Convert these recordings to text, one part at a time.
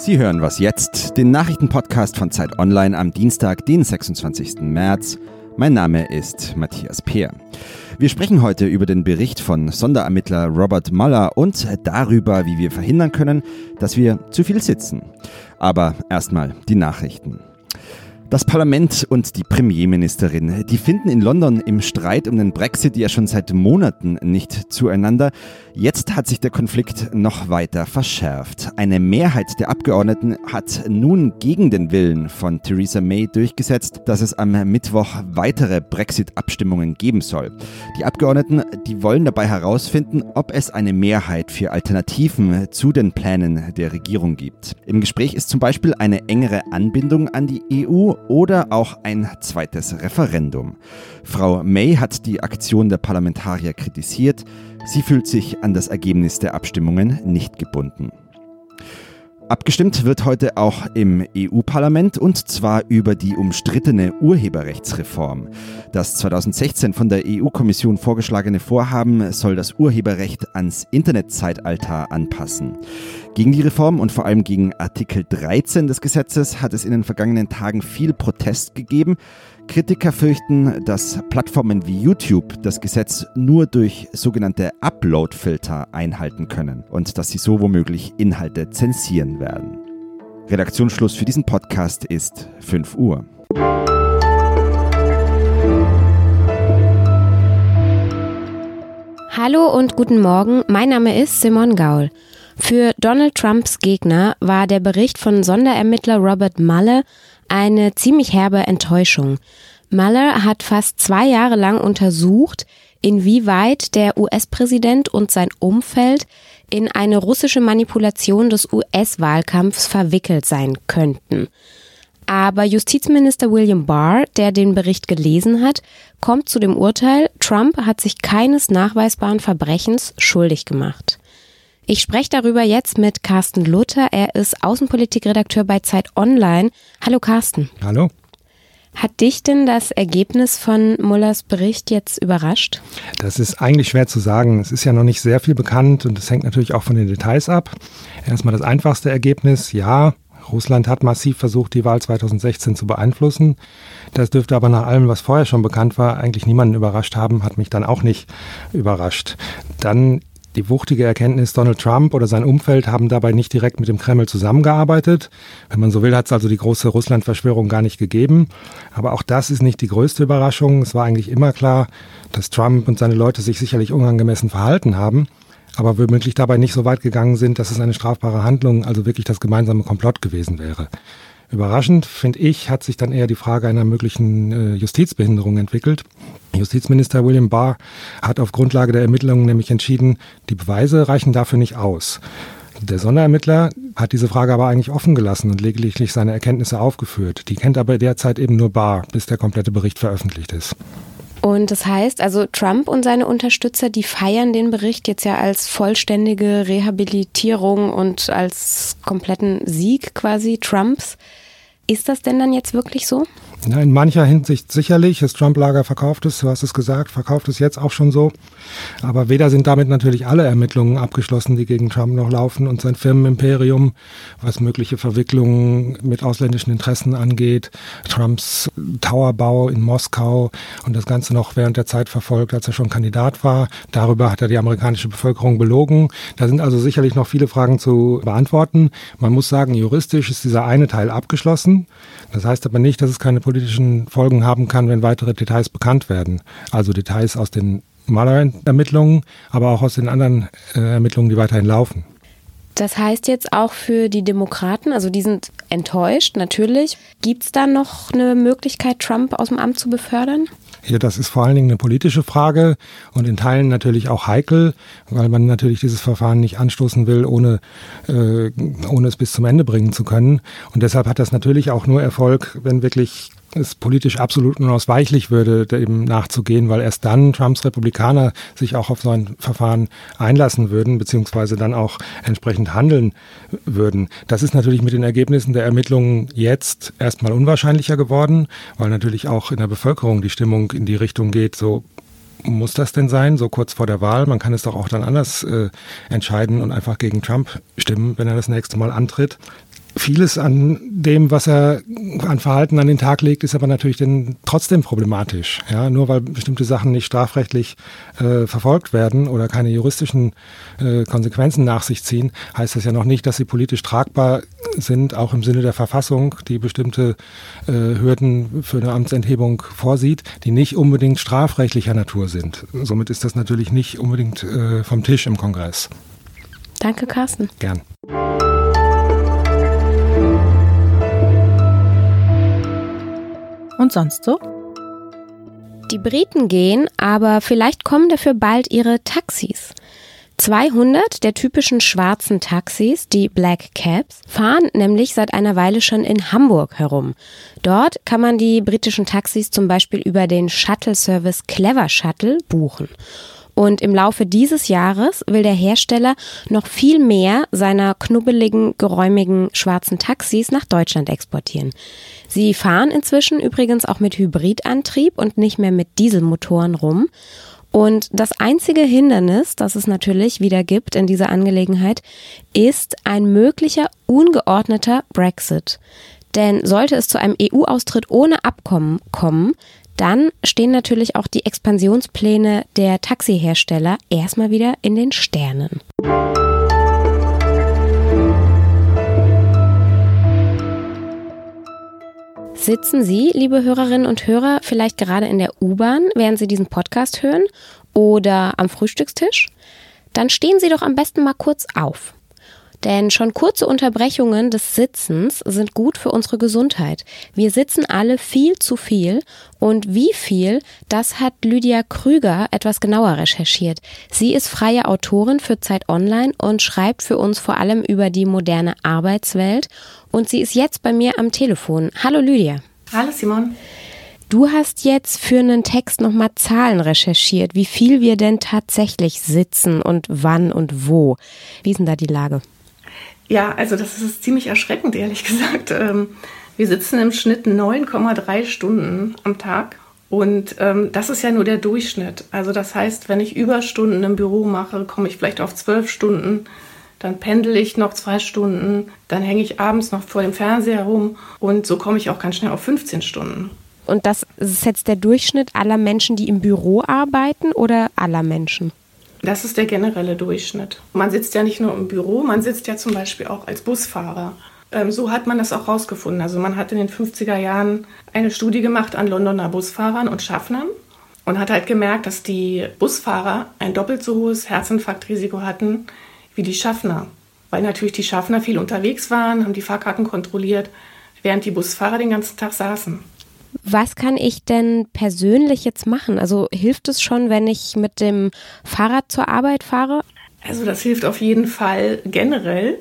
Sie hören Was jetzt, den Nachrichtenpodcast von Zeit Online am Dienstag, den 26. März. Mein Name ist Matthias Peer. Wir sprechen heute über den Bericht von Sonderermittler Robert Mueller und darüber, wie wir verhindern können, dass wir zu viel sitzen. Aber erstmal die Nachrichten. Das Parlament und die Premierministerin, die finden in London im Streit um den Brexit ja schon seit Monaten nicht zueinander. Jetzt hat sich der Konflikt noch weiter verschärft. Eine Mehrheit der Abgeordneten hat nun gegen den Willen von Theresa May durchgesetzt, dass es am Mittwoch weitere Brexit-Abstimmungen geben soll. Die Abgeordneten, die wollen dabei herausfinden, ob es eine Mehrheit für Alternativen zu den Plänen der Regierung gibt. Im Gespräch ist zum Beispiel eine engere Anbindung an die EU oder auch ein zweites Referendum. Frau May hat die Aktion der Parlamentarier kritisiert. Sie fühlt sich an das Ergebnis der Abstimmungen nicht gebunden. Abgestimmt wird heute auch im EU-Parlament und zwar über die umstrittene Urheberrechtsreform. Das 2016 von der EU-Kommission vorgeschlagene Vorhaben soll das Urheberrecht ans Internetzeitalter anpassen. Gegen die Reform und vor allem gegen Artikel 13 des Gesetzes hat es in den vergangenen Tagen viel Protest gegeben. Kritiker fürchten, dass Plattformen wie YouTube das Gesetz nur durch sogenannte Upload-Filter einhalten können und dass sie so womöglich Inhalte zensieren werden. Redaktionsschluss für diesen Podcast ist 5 Uhr. Hallo und guten Morgen, mein Name ist Simon Gaul. Für Donald Trumps Gegner war der Bericht von Sonderermittler Robert Mueller eine ziemlich herbe Enttäuschung. Mueller hat fast 2 Jahre lang untersucht, inwieweit der US-Präsident und sein Umfeld in eine russische Manipulation des US-Wahlkampfs verwickelt sein könnten. Aber Justizminister William Barr, der den Bericht gelesen hat, kommt zu dem Urteil, Trump hat sich keines nachweisbaren Verbrechens schuldig gemacht. Ich spreche darüber jetzt mit Carsten Luther. Er ist Außenpolitikredakteur bei Zeit Online. Hallo Carsten. Hallo. Hat dich denn das Ergebnis von Muellers Bericht jetzt überrascht? Das ist eigentlich schwer zu sagen. Es ist ja noch nicht sehr viel bekannt und es hängt natürlich auch von den Details ab. Erstmal das einfachste Ergebnis, ja, Russland hat massiv versucht, die Wahl 2016 zu beeinflussen. Das dürfte aber nach allem, was vorher schon bekannt war, eigentlich niemanden überrascht haben, hat mich dann auch nicht überrascht. Dann die wuchtige Erkenntnis, Donald Trump oder sein Umfeld haben dabei nicht direkt mit dem Kreml zusammengearbeitet. Wenn man so will, hat es also die große Russland-Verschwörung gar nicht gegeben. Aber auch das ist nicht die größte Überraschung. Es war eigentlich immer klar, dass Trump und seine Leute sich sicherlich unangemessen verhalten haben, aber womöglich dabei nicht so weit gegangen sind, dass es eine strafbare Handlung, also wirklich das gemeinsame Komplott gewesen wäre. Überraschend, finde ich, hat sich dann eher die Frage einer möglichen Justizbehinderung entwickelt. Justizminister William Barr hat auf Grundlage der Ermittlungen nämlich entschieden, die Beweise reichen dafür nicht aus. Der Sonderermittler hat diese Frage aber eigentlich offen gelassen und lediglich seine Erkenntnisse aufgeführt. Die kennt aber derzeit eben nur Barr, bis der komplette Bericht veröffentlicht ist. Und das heißt, also Trump und seine Unterstützer, die feiern den Bericht jetzt ja als vollständige Rehabilitierung und als kompletten Sieg quasi Trumps. Ist das denn dann jetzt wirklich so? Ja, in mancher Hinsicht sicherlich. Das Trump-Lager verkauft es, du hast es gesagt, verkauft es jetzt auch schon so. Aber weder sind damit natürlich alle Ermittlungen abgeschlossen, die gegen Trump noch laufen und sein Firmenimperium, was mögliche Verwicklungen mit ausländischen Interessen angeht, Trumps Towerbau in Moskau und das Ganze noch während der Zeit verfolgt, als er schon Kandidat war. Darüber hat er die amerikanische Bevölkerung belogen. Da sind also sicherlich noch viele Fragen zu beantworten. Man muss sagen, juristisch ist dieser eine Teil abgeschlossen. Das heißt aber nicht, dass es keine politischen Folgen haben kann, wenn weitere Details bekannt werden. Also Details aus den Mueller-Ermittlungen, aber auch aus den anderen Ermittlungen, die weiterhin laufen. Das heißt jetzt auch für die Demokraten, also die sind enttäuscht, natürlich. Gibt es da noch eine Möglichkeit, Trump aus dem Amt zu befördern? Ja, das ist vor allen Dingen eine politische Frage und in Teilen natürlich auch heikel, weil man natürlich dieses Verfahren nicht anstoßen will, ohne es bis zum Ende bringen zu können. Und deshalb hat das natürlich auch nur Erfolg, wenn wirklich es politisch absolut unausweichlich würde, dem nachzugehen, weil erst dann Trumps Republikaner sich auch auf so ein Verfahren einlassen würden, beziehungsweise dann auch entsprechend handeln würden. Das ist natürlich mit den Ergebnissen der Ermittlungen jetzt erstmal unwahrscheinlicher geworden, weil natürlich auch in der Bevölkerung die Stimmung in die Richtung geht, so muss das denn sein, so kurz vor der Wahl? Man kann es doch auch dann anders entscheiden und einfach gegen Trump stimmen, wenn er das nächste Mal antritt. Vieles an dem, was er an Verhalten an den Tag legt, ist aber natürlich dann trotzdem problematisch. Ja, nur weil bestimmte Sachen nicht strafrechtlich verfolgt werden oder keine juristischen Konsequenzen nach sich ziehen, heißt das ja noch nicht, dass sie politisch tragbar sind, auch im Sinne der Verfassung, die bestimmte Hürden für eine Amtsenthebung vorsieht, die nicht unbedingt strafrechtlicher Natur sind. Somit ist das natürlich nicht unbedingt vom Tisch im Kongress. Danke, Carsten. Gern. Und sonst so? Die Briten gehen, aber vielleicht kommen dafür bald ihre Taxis. 200 der typischen schwarzen Taxis, die Black Cabs, fahren nämlich seit einer Weile schon in Hamburg herum. Dort kann man die britischen Taxis zum Beispiel über den Shuttle-Service Clever Shuttle buchen. Und im Laufe dieses Jahres will der Hersteller noch viel mehr seiner knubbeligen, geräumigen schwarzen Taxis nach Deutschland exportieren. Sie fahren inzwischen übrigens auch mit Hybridantrieb und nicht mehr mit Dieselmotoren rum. Und das einzige Hindernis, das es natürlich wieder gibt in dieser Angelegenheit, ist ein möglicher ungeordneter Brexit. Denn sollte es zu einem EU-Austritt ohne Abkommen kommen, dann stehen natürlich auch die Expansionspläne der Taxihersteller erstmal wieder in den Sternen. Sitzen Sie, liebe Hörerinnen und Hörer, vielleicht gerade in der U-Bahn, während Sie diesen Podcast hören oder am Frühstückstisch? Dann stehen Sie doch am besten mal kurz auf. Denn schon kurze Unterbrechungen des Sitzens sind gut für unsere Gesundheit. Wir sitzen alle viel zu viel und wie viel, das hat Lydia Krüger etwas genauer recherchiert. Sie ist freie Autorin für Zeit Online und schreibt für uns vor allem über die moderne Arbeitswelt und sie ist jetzt bei mir am Telefon. Hallo Lydia. Hallo Simon. Du hast jetzt für einen Text nochmal Zahlen recherchiert, wie viel wir denn tatsächlich sitzen und wann und wo. Wie ist denn da die Lage? Ja, also das ist ziemlich erschreckend, ehrlich gesagt. Wir sitzen im Schnitt 9,3 Stunden am Tag und das ist ja nur der Durchschnitt. Also das heißt, wenn ich Überstunden im Büro mache, komme ich vielleicht auf 12 Stunden, dann pendel ich noch 2 Stunden, dann hänge ich abends noch vor dem Fernseher herum und so komme ich auch ganz schnell auf 15 Stunden. Und das ist jetzt der Durchschnitt aller Menschen, die im Büro arbeiten oder aller Menschen? Das ist der generelle Durchschnitt. Man sitzt ja nicht nur im Büro, man sitzt ja zum Beispiel auch als Busfahrer. So hat man das auch rausgefunden. Also man hat in den 50er Jahren eine Studie gemacht an Londoner Busfahrern und Schaffnern und hat halt gemerkt, dass die Busfahrer ein doppelt so hohes Herzinfarktrisiko hatten wie die Schaffner. Weil natürlich die Schaffner viel unterwegs waren, haben die Fahrkarten kontrolliert, während die Busfahrer den ganzen Tag saßen. Was kann ich denn persönlich jetzt machen? Also hilft es schon, wenn ich mit dem Fahrrad zur Arbeit fahre? Also das hilft auf jeden Fall generell,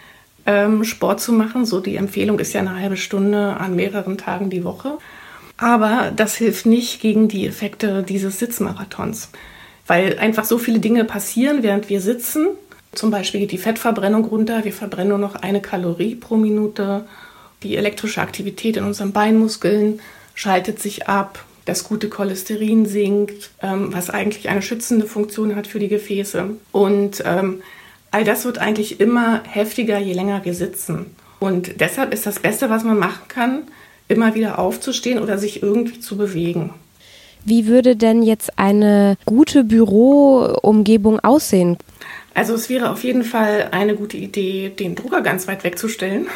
Sport zu machen. So die Empfehlung ist ja eine halbe Stunde an mehreren Tagen die Woche. Aber das hilft nicht gegen die Effekte dieses Sitzmarathons. Weil einfach so viele Dinge passieren, während wir sitzen. Zum Beispiel geht die Fettverbrennung runter. Wir verbrennen nur noch 1 Kalorie pro Minute. Die elektrische Aktivität in unseren Beinmuskeln schaltet sich ab, das gute Cholesterin sinkt, was eigentlich eine schützende Funktion hat für die Gefäße. Und all das wird eigentlich immer heftiger, je länger wir sitzen. Und deshalb ist das Beste, was man machen kann, immer wieder aufzustehen oder sich irgendwie zu bewegen. Wie würde denn jetzt eine gute Büroumgebung aussehen? Also es wäre auf jeden Fall eine gute Idee, den Drucker ganz weit wegzustellen.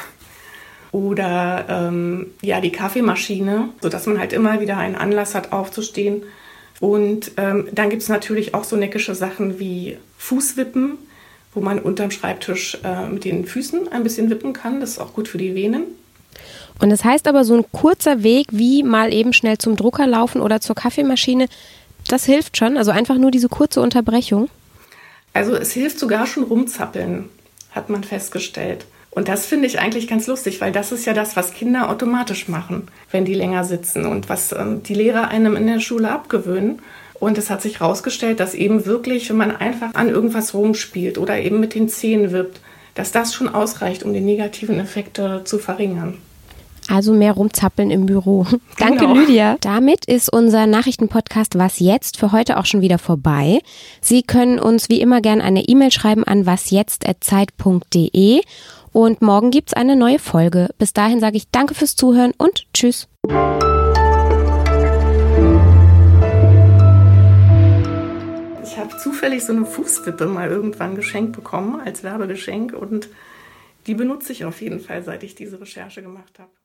Oder die Kaffeemaschine, sodass man halt immer wieder einen Anlass hat, aufzustehen. Und dann gibt es natürlich auch so neckische Sachen wie Fußwippen, wo man unterm Schreibtisch mit den Füßen ein bisschen wippen kann. Das ist auch gut für die Venen. Und das heißt aber, so ein kurzer Weg, wie mal eben schnell zum Drucker laufen oder zur Kaffeemaschine, das hilft schon? Also einfach nur diese kurze Unterbrechung? Also es hilft sogar schon rumzappeln, hat man festgestellt. Und das finde ich eigentlich ganz lustig, weil das ist ja das, was Kinder automatisch machen, wenn die länger sitzen und was die Lehrer einem in der Schule abgewöhnen. Und es hat sich herausgestellt, dass eben wirklich, wenn man einfach an irgendwas rumspielt oder eben mit den Zähnen wippt, dass das schon ausreicht, um die negativen Effekte zu verringern. Also mehr rumzappeln im Büro. Danke, Genau. Lydia. Damit ist unser Nachrichtenpodcast Was jetzt für heute auch schon wieder vorbei. Sie können uns wie immer gerne eine E-Mail schreiben an wasjetzt@zeit.de Und morgen gibt's eine neue Folge. Bis dahin sage ich danke fürs Zuhören und tschüss. Ich habe zufällig so eine Fußwippe mal irgendwann geschenkt bekommen als Werbegeschenk und die benutze ich auf jeden Fall, seit ich diese Recherche gemacht habe.